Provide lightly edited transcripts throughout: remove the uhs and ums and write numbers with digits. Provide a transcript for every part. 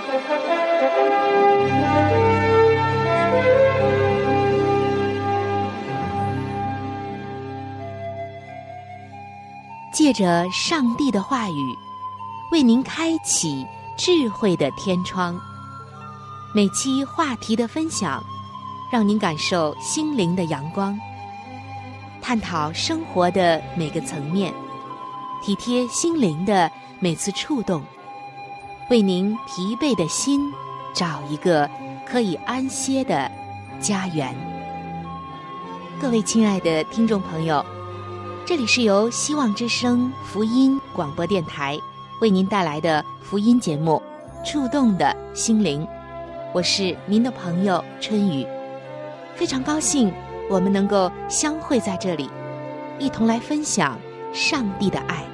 借着上帝的话语，为您开启智慧的天窗。每期话题的分享，让您感受心灵的阳光，探讨生活的每个层面，体贴心灵的每次触动，为您疲惫的心找一个可以安歇的家园。各位亲爱的听众朋友，这里是由希望之声福音广播电台为您带来的福音节目《触动的心灵》，我是您的朋友春雨，非常高兴我们能够相会在这里，一同来分享上帝的爱。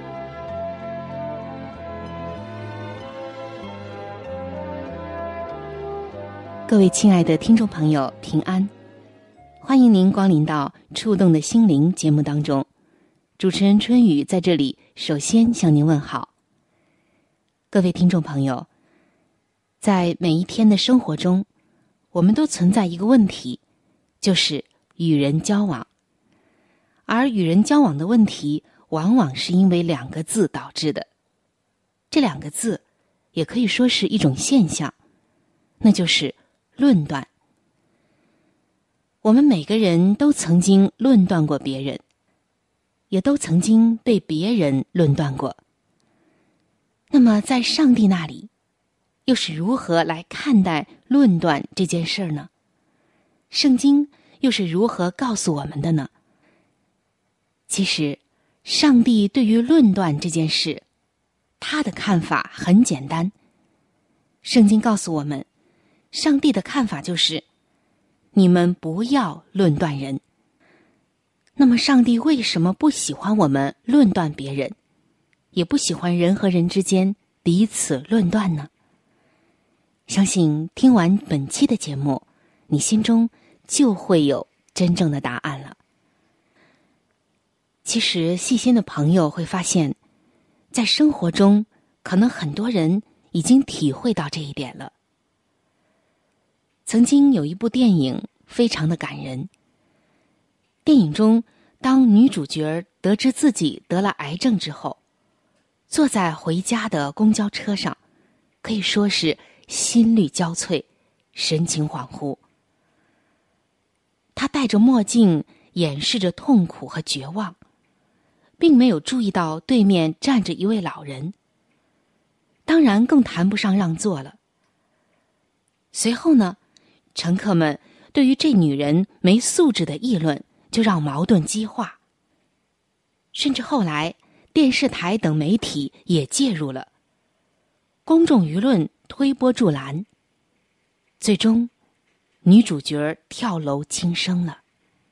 各位亲爱的听众朋友，平安，欢迎您光临到《触动的心灵》节目当中。主持人春雨在这里首先向您问好。各位听众朋友，在每一天的生活中，我们都存在一个问题，就是与人交往。而与人交往的问题，往往是因为2个字导致的。这2个字也可以说是一种现象，那就是论断。我们每个人都曾经论断过别人，也都曾经被别人论断过。那么在上帝那里，又是如何来看待论断这件事呢？圣经又是如何告诉我们的呢？其实，上帝对于论断这件事，他的看法很简单。圣经告诉我们，上帝的看法就是，你们不要论断人。那么上帝为什么不喜欢我们论断别人，也不喜欢人和人之间彼此论断呢？相信听完本期的节目，你心中就会有真正的答案了。其实细心的朋友会发现，在生活中可能很多人已经体会到这一点了。曾经有一部电影非常的感人，电影中当女主角得知自己得了癌症之后，坐在回家的公交车上，可以说是心力交瘁，神情恍惚。她戴着墨镜，掩饰着痛苦和绝望，并没有注意到对面站着一位老人，当然更谈不上让座了。随后呢，乘客们对于这女人没素质的议论，就让矛盾激化。甚至后来，电视台等媒体也介入了，公众舆论推波助澜，最终女主角跳楼轻生了。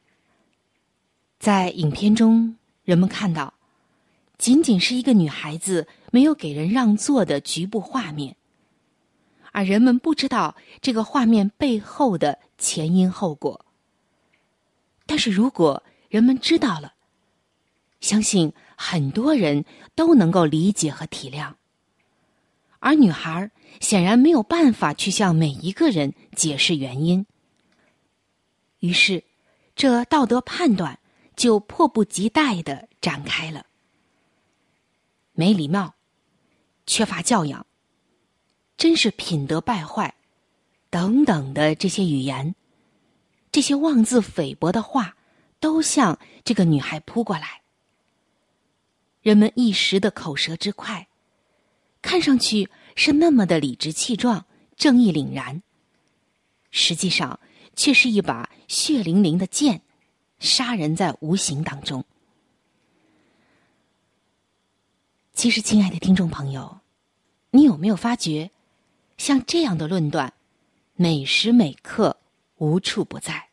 在影片中，人们看到仅仅是一个女孩子没有给人让座的局部画面，而人们不知道这个画面背后的前因后果。但是如果人们知道了，相信很多人都能够理解和体谅。而女孩显然没有办法去向每一个人解释原因，于是这道德判断就迫不及待地展开了。没礼貌，缺乏教养，真是品德败坏，等等的这些语言，这些妄自菲薄的话，都向这个女孩扑过来。人们一时的口舌之快，看上去是那么的理直气壮，正义凛然，实际上却是一把血淋淋的剑，杀人在无形当中。其实亲爱的听众朋友，你有没有发觉，像这样的论断每时每刻无处不在？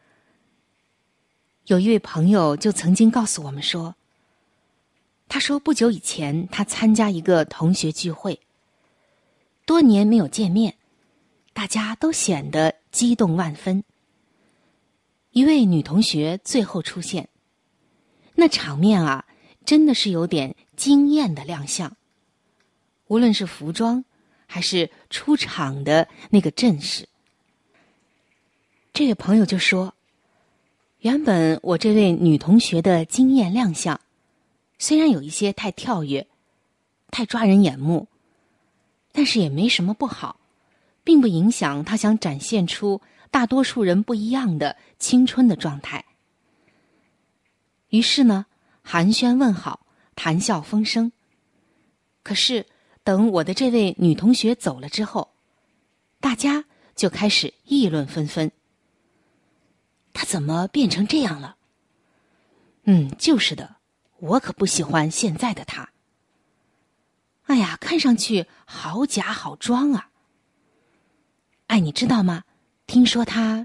有一位朋友就曾经告诉我们说，他说不久以前他参加一个同学聚会，多年没有见面，大家都显得激动万分。一位女同学最后出现，那场面啊，真的是有点惊艳的亮相。无论是服装还是出场的那个阵势。这位朋友就说，原本我这位女同学的惊艳亮相，虽然有一些太跳跃，太抓人眼目，但是也没什么不好，并不影响她想展现出大多数人不一样的青春的状态。于是呢，寒暄问好，谈笑风生。可是等我的这位女同学走了之后，大家就开始议论纷纷。她怎么变成这样了？就是的，我可不喜欢现在的她。哎呀，看上去好假好装啊。哎，你知道吗？听说她……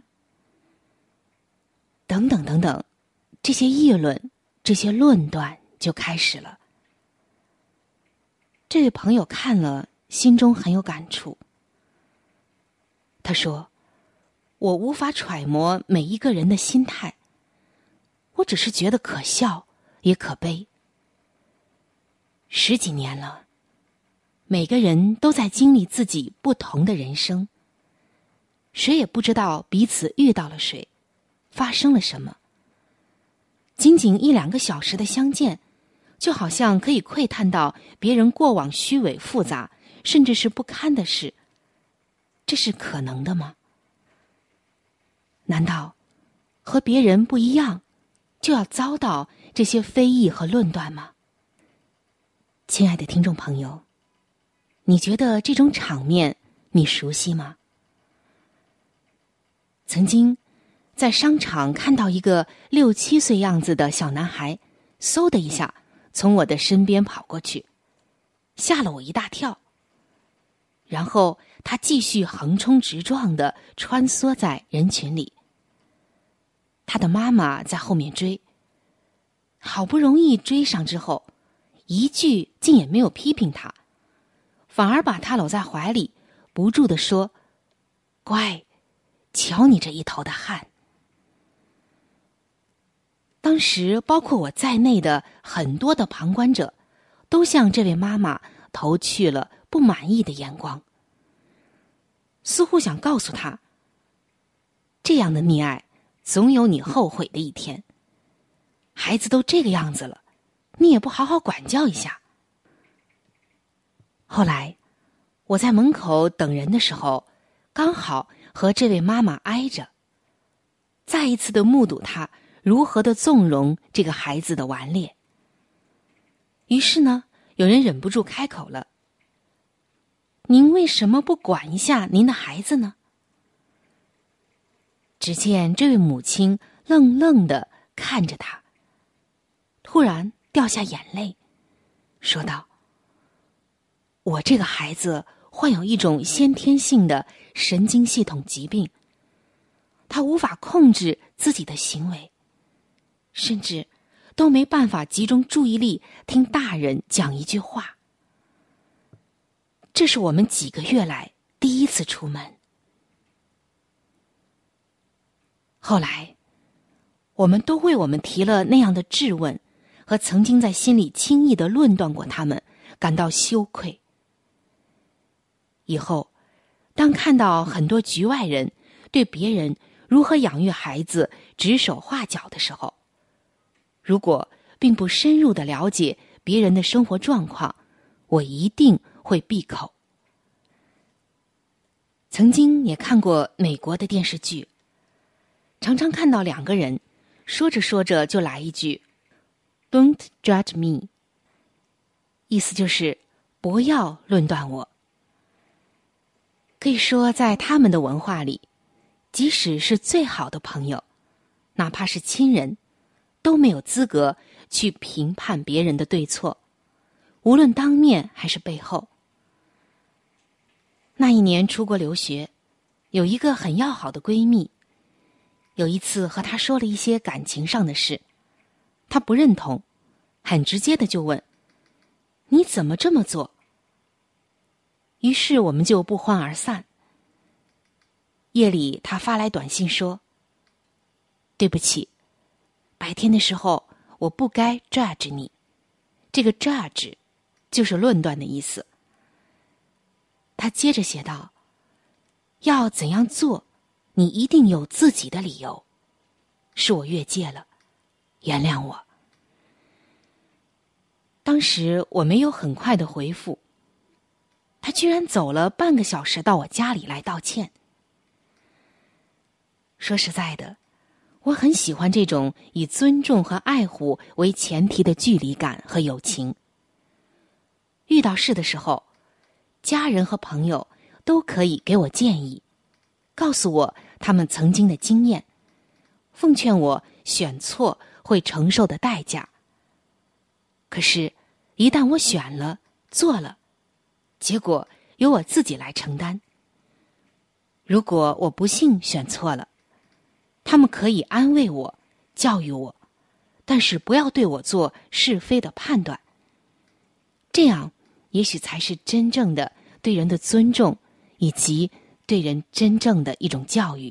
等等等等，这些议论，这些论断就开始了。这位朋友看了，心中很有感触。他说，我无法揣摩每一个人的心态，我只是觉得可笑也可悲。10几年了，每个人都在经历自己不同的人生，谁也不知道彼此遇到了谁，发生了什么。仅仅1、2个小时的相见，就好像可以窥探到别人过往虚伪复杂，甚至是不堪的事，这是可能的吗？难道和别人不一样，就要遭到这些非议和论断吗？亲爱的听众朋友，你觉得这种场面你熟悉吗？曾经在商场看到一个6、7岁样子的小男孩，嗖的一下从我的身边跑过去，吓了我一大跳。然后他继续横冲直撞地穿梭在人群里。他的妈妈在后面追，好不容易追上之后，一句竟也没有批评他，反而把他搂在怀里，不住地说：“乖，瞧你这一头的汗。”当时包括我在内的很多的旁观者，都向这位妈妈投去了不满意的眼光，似乎想告诉她，这样的溺爱总有你后悔的一天，孩子都这个样子了，你也不好好管教一下。后来我在门口等人的时候，刚好和这位妈妈挨着，再一次的目睹她如何的纵容这个孩子的顽劣。于是呢，有人忍不住开口了：“您为什么不管一下您的孩子呢？”只见这位母亲愣愣地看着他，突然掉下眼泪，说道：“我这个孩子患有一种先天性的神经系统疾病，他无法控制自己的行为，甚至都没办法集中注意力听大人讲一句话。这是我们几个月来第一次出门。”后来我们都为我们提了那样的质问和曾经在心里轻易地论断过他们感到羞愧。以后当看到很多局外人对别人如何养育孩子指手画脚的时候，如果并不深入地了解别人的生活状况，我一定会闭口。曾经也看过美国的电视剧，常常看到2个人说着说着就来一句 "Don't judge me"， 意思就是不要论断我。可以说在他们的文化里，即使是最好的朋友，哪怕是亲人，都没有资格去评判别人的对错，无论当面还是背后。那一年出国留学，有一个很要好的闺蜜，有一次和她说了一些感情上的事，她不认同，很直接的就问：“你怎么这么做？”于是我们就不欢而散。夜里她发来短信说：“对不起，白天的时候我不该 judge 你。”这个 judge 就是论断的意思。 他接着写道：要怎样做，你一定有自己的理由，是我越界了，原谅我。当时我没有很快的回复，他居然走了半个小时到我家里来道歉。说实在的，我很喜欢这种以尊重和爱护为前提的距离感和友情。遇到事的时候，家人和朋友都可以给我建议，告诉我他们曾经的经验，奉劝我选错会承受的代价。可是，一旦我选了、做了，结果由我自己来承担。如果我不幸选错了，他们可以安慰我、教育我，但是不要对我做是非的判断。这样，也许才是真正的对人的尊重，以及对人真正的一种教育。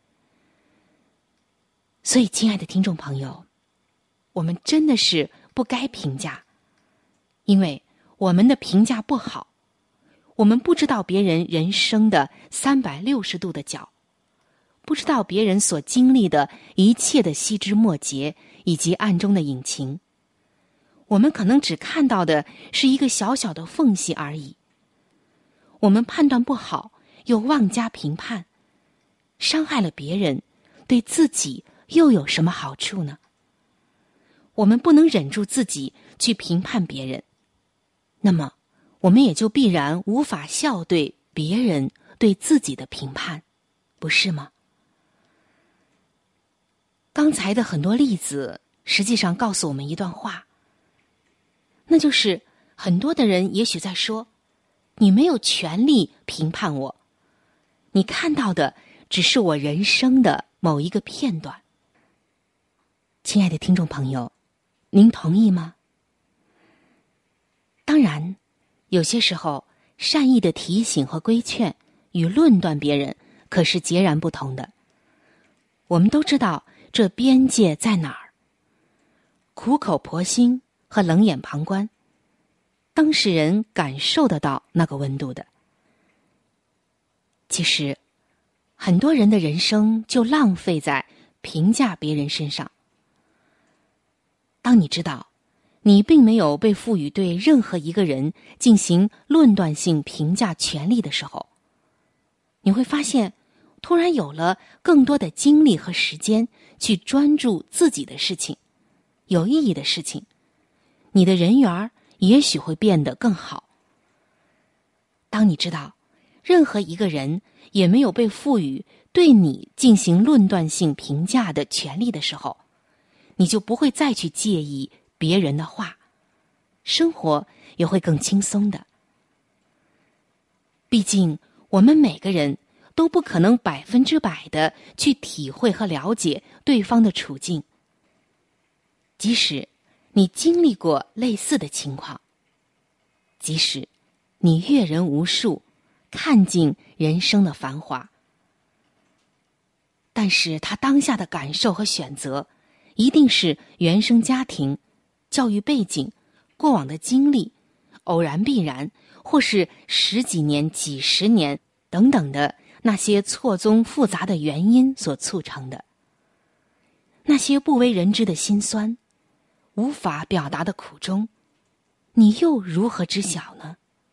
所以，亲爱的听众朋友，我们真的是不该评价，因为我们的评价不好，我们不知道别人人生的360度的角，不知道别人所经历的一切的细枝末节以及暗中的隐情，我们可能只看到的是一个小小的缝隙而已。我们判断不好，又妄加评判，伤害了别人，对自己又有什么好处呢？我们不能忍住自己去评判别人，那么我们也就必然无法笑对别人对自己的评判，不是吗？刚才的很多例子实际上告诉我们一段话，那就是很多的人也许在说，你没有权利评判我，你看到的只是我人生的某一个片段。亲爱的听众朋友，您同意吗？当然，有些时候善意的提醒和规劝与论断别人可是截然不同的。我们都知道这边界在哪儿？苦口婆心和冷眼旁观，当事人感受得到那个温度的。其实，很多人的人生就浪费在评价别人身上。当你知道，你并没有被赋予对任何一个人进行论断性评价权利的时候，你会发现，突然有了更多的精力和时间去专注自己的事情，有意义的事情，你的人缘也许会变得更好。当你知道，任何一个人也没有被赋予对你进行论断性评价的权利的时候，你就不会再去介意别人的话，生活也会更轻松的。毕竟，我们每个人都不可能100%的去体会和了解对方的处境。即使你经历过类似的情况，即使你阅人无数，看尽人生的繁华，但是他当下的感受和选择，一定是原生家庭、教育背景、过往的经历、偶然必然，或是10几年、几十年等等的那些错综复杂的原因所促成的。那些不为人知的辛酸，无法表达的苦衷，你又如何知晓呢？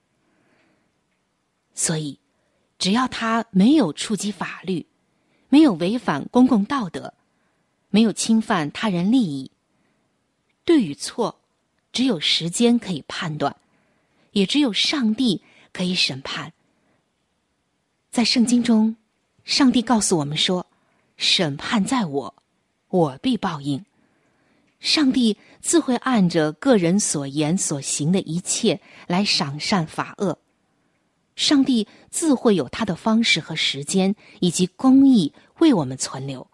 所以，只要他没有触及法律，没有违反公共道德，没有侵犯他人利益，对与错，只有时间可以判断，也只有上帝可以审判。在圣经中，上帝告诉我们说，审判在我，我必报应。上帝自会按着个人所言所行的一切来赏善罚恶。上帝自会有他的方式和时间以及公义为我们存留。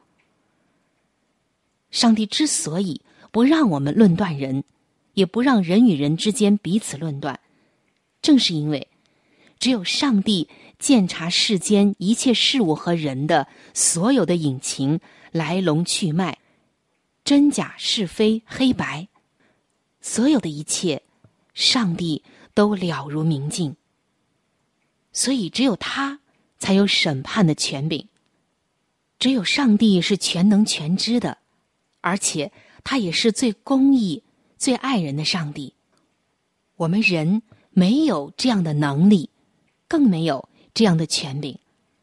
上帝之所以不让我们论断人，也不让人与人之间彼此论断，正是因为只有上帝鉴察世间一切事物和人的所有的隐情、来龙去脉、真假是非黑白，所有的一切，上帝都了如明镜。 所以只有他才有审判的权柄。只有上帝是全能全知的，而且他也是最公义、最爱人的上帝。我们人没有这样的能力，更没有这样的权柄。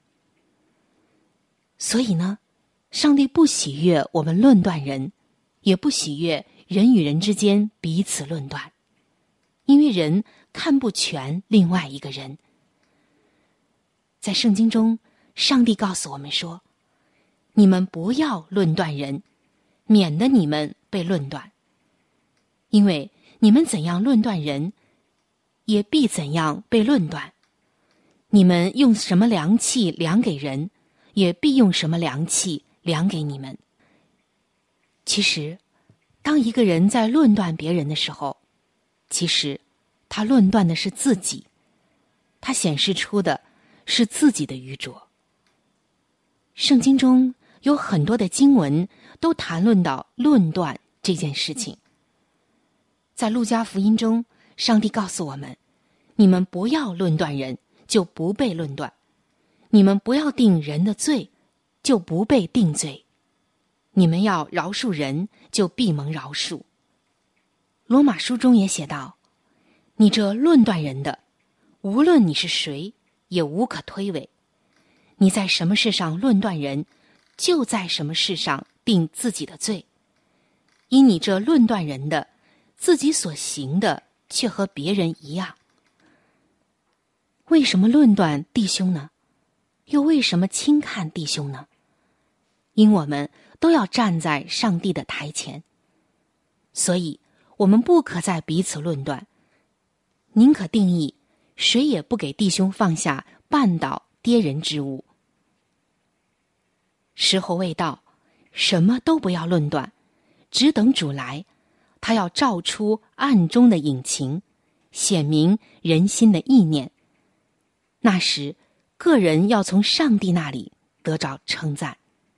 所以呢，上帝不喜悦我们论断人，也不喜悦人与人之间彼此论断，因为人看不全另外一个人。在圣经中，上帝告诉我们说，你们不要论断人，免得你们被论断。因为你们怎样论断人，也必怎样被论断。你们用什么量器量给人，也必用什么量器量给你们。其实，当一个人在论断别人的时候，其实他论断的是自己，他显示出的是自己的愚拙。圣经中有很多的经文都谈论到论断这件事情。在路加福音中，上帝告诉我们，你们不要论断人，就不被论断；你们不要定人的罪，就不被定罪；你们要饶恕人，就必蒙饶恕。罗马书中也写道，你这论断人的，无论你是谁，也无可推诿。你在什么事上论断人，就在什么事上定自己的罪。因你这论断人的，自己所行的却和别人一样。为什么论断弟兄呢？又为什么轻看弟兄呢？因我们都要站在上帝的台前，所以我们不可再彼此论断，宁可定义谁也不给弟兄放下绊倒跌人之物。时候未到，什么都不要论断，只等主来，他要照出暗中的隐情，显明人心的意念。那时，个人要从上帝那里得着称赞。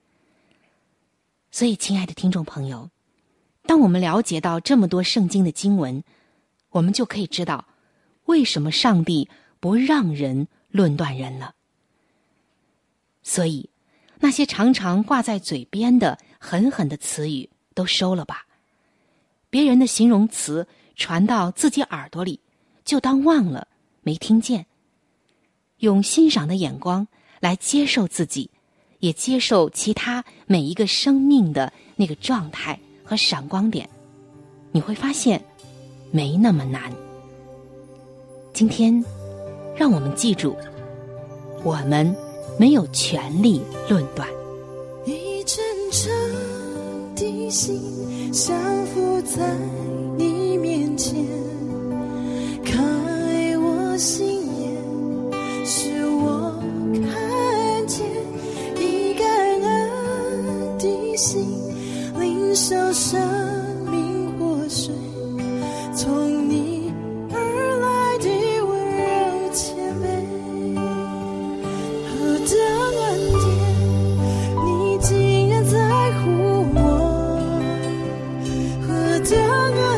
所以，亲爱的听众朋友，当我们了解到这么多圣经的经文，我们就可以知道，为什么上帝不让人论断人了。所以，那些常常挂在嘴边的狠狠的词语都收了吧。别人的形容词传到自己耳朵里，就当忘了，没听见。用欣赏的眼光来接受自己，也接受其他每一个生命的那个状态和闪光点，你会发现没那么难。今天让我们记住，我们没有权利论断。 一阵阵的心降服在你面前，开我心眼，使我看见一感恩的心，领受生命活水，从你而来的温柔谦卑。何等恩典，你竟然在乎我，何等恩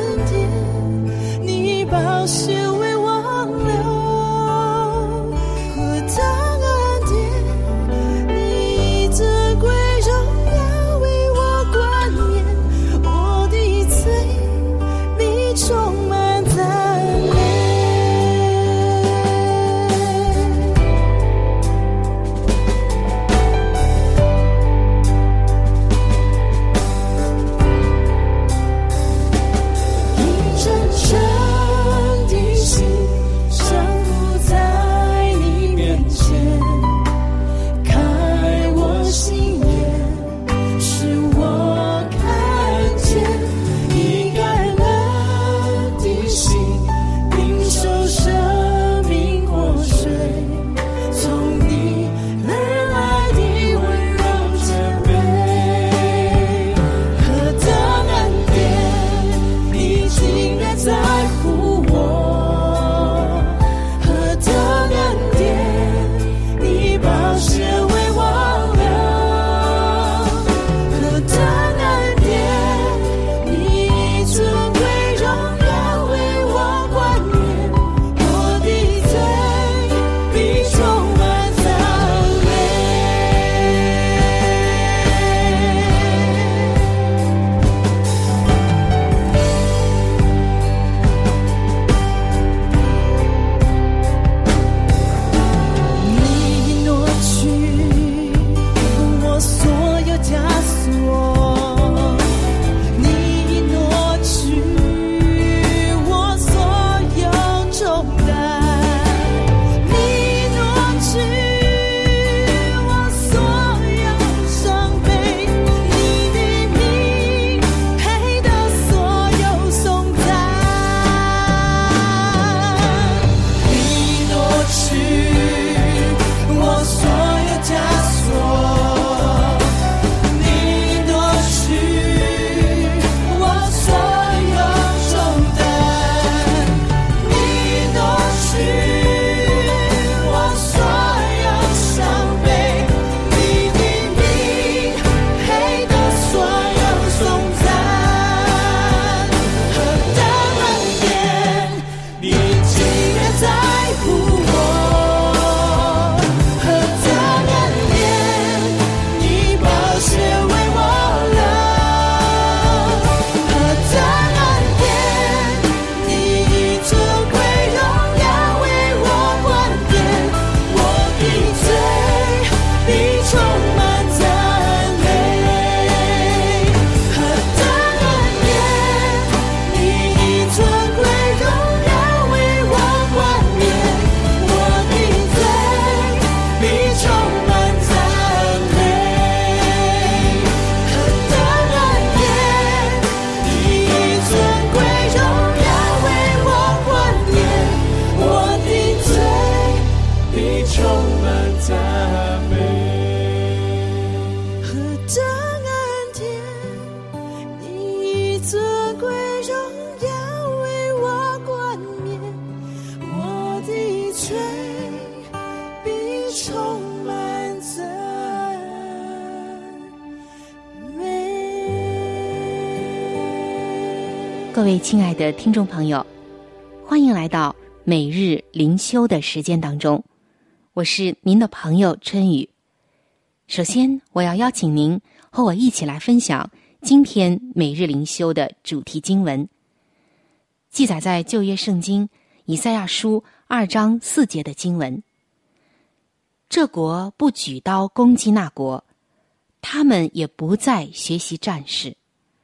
各位亲爱的听众朋友，欢迎来到每日灵修的时间当中，我是您的朋友春雨。首先，我要邀请您和我一起来分享今天每日灵修的主题经文，记载在旧约圣经以赛亚书2章4节的经文。这国不举刀攻击那国，他们也不再学习战事。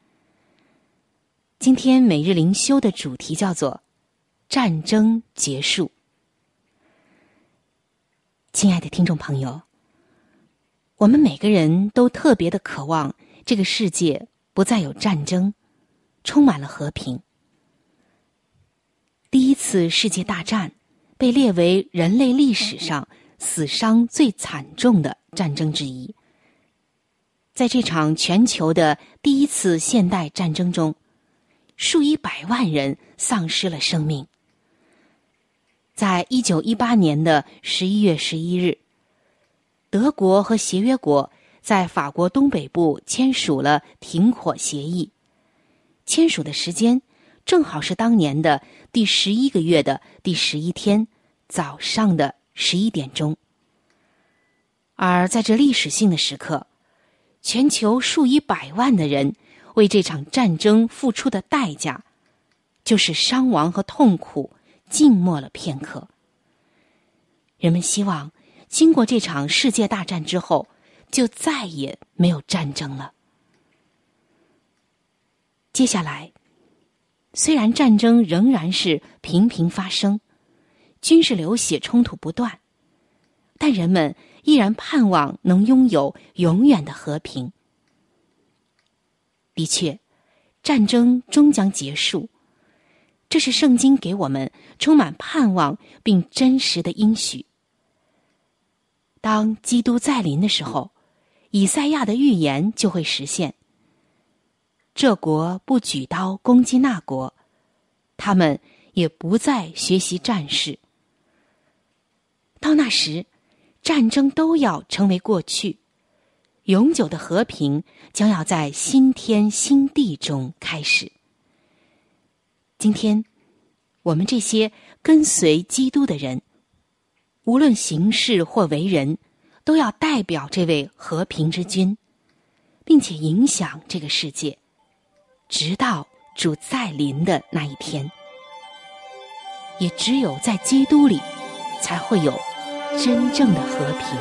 今天每日灵修的主题叫做战争结束。亲爱的听众朋友，我们每个人都特别的渴望这个世界不再有战争，充满了和平。第一次世界大战被列为人类历史上死伤最惨重的战争之一。在这场全球的第一次现代战争中，数以百万人丧失了生命。在1918年的11月11日，德国和协约国在法国东北部签署了停火协议，签署的时间正好是当年的第11个月的第11天早上的11点钟。而在这历史性的时刻，全球数以百万的人为这场战争付出的代价，就是伤亡和痛苦静默了片刻。人们希望经过这场世界大战之后，就再也没有战争了。接下来，虽然战争仍然是频频发生，军事流血冲突不断，但人们依然盼望能拥有永远的和平。的确，战争终将结束，这是圣经给我们充满盼望并真实的应许。当基督再临的时候，以赛亚的预言就会实现。这国不举刀攻击那国，他们也不再学习战事。到那时，战争都要成为过去，永久的和平将要在新天新地中开始。今天，我们这些跟随基督的人，无论行事或为人，都要代表这位和平之君，并且影响这个世界，直到主再临的那一天。也只有在基督里，才会有真正的和平。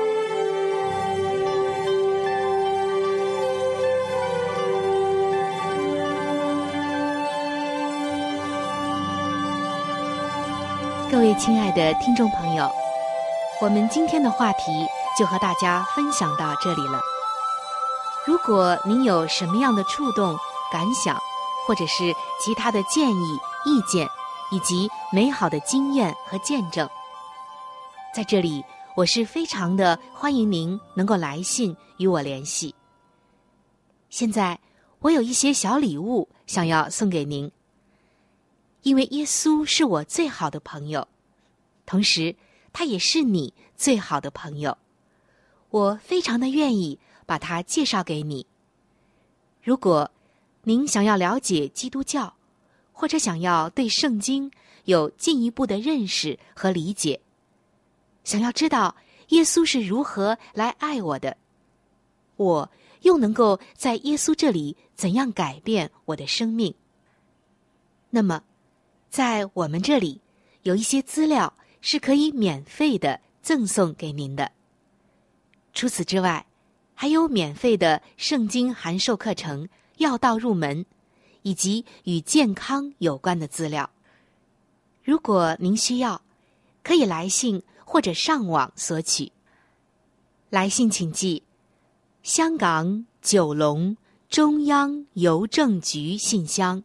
各位亲爱的听众朋友，我们今天的话题就和大家分享到这里了。如果您有什么样的触动、感想，或者是其他的建议、意见，以及美好的经验和见证，在这里我是非常的欢迎您能够来信与我联系。现在我有一些小礼物想要送给您，因为耶稣是我最好的朋友，同时他也是你最好的朋友，我非常的愿意把他介绍给你。如果您想要了解基督教，或者想要对圣经有进一步的认识和理解，想要知道耶稣是如何来爱我的，我又能够在耶稣这里怎样改变我的生命，那么在我们这里有一些资料是可以免费的赠送给您的。除此之外，还有免费的圣经函授课程要道入门，以及与健康有关的资料。如果您需要，可以来信或者上网索取。来信请寄香港九龙中央邮政局信箱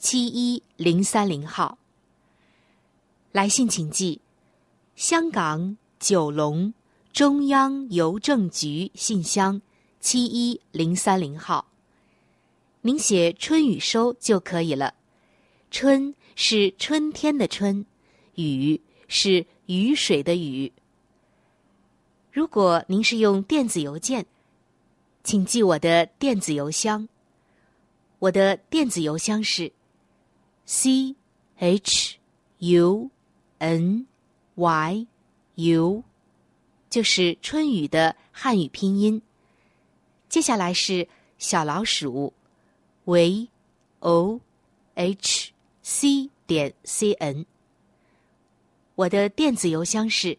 71030号。来信请寄香港九龙中央邮政局信箱71030号。您写春雨收就可以了。春是春天的春，雨是雨水的雨。如果您是用电子邮件，请寄我的电子邮箱。我的电子邮箱是 CHUNYU， 就是春雨的汉语拼音。接下来是小老鼠 vohc.cn。 我的电子邮箱是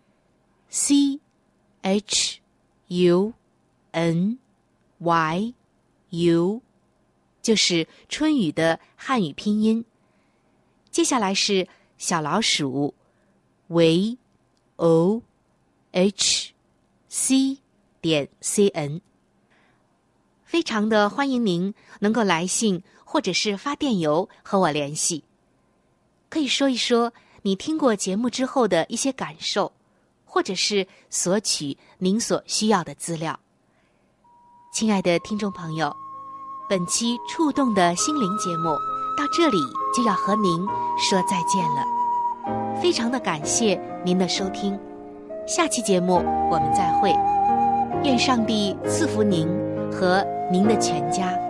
CHUNYU， 就是春雨的汉语拼音。接下来是小老鼠 vohc.cn。 非常的欢迎您能够来信或者是发电邮和我联系，可以说一说你听过节目之后的一些感受，或者是索取您所需要的资料。亲爱的听众朋友，本期触动的心灵节目到这里就要和您说再见了，非常的感谢您的收听，下期节目我们再会，愿上帝赐福您和您的全家。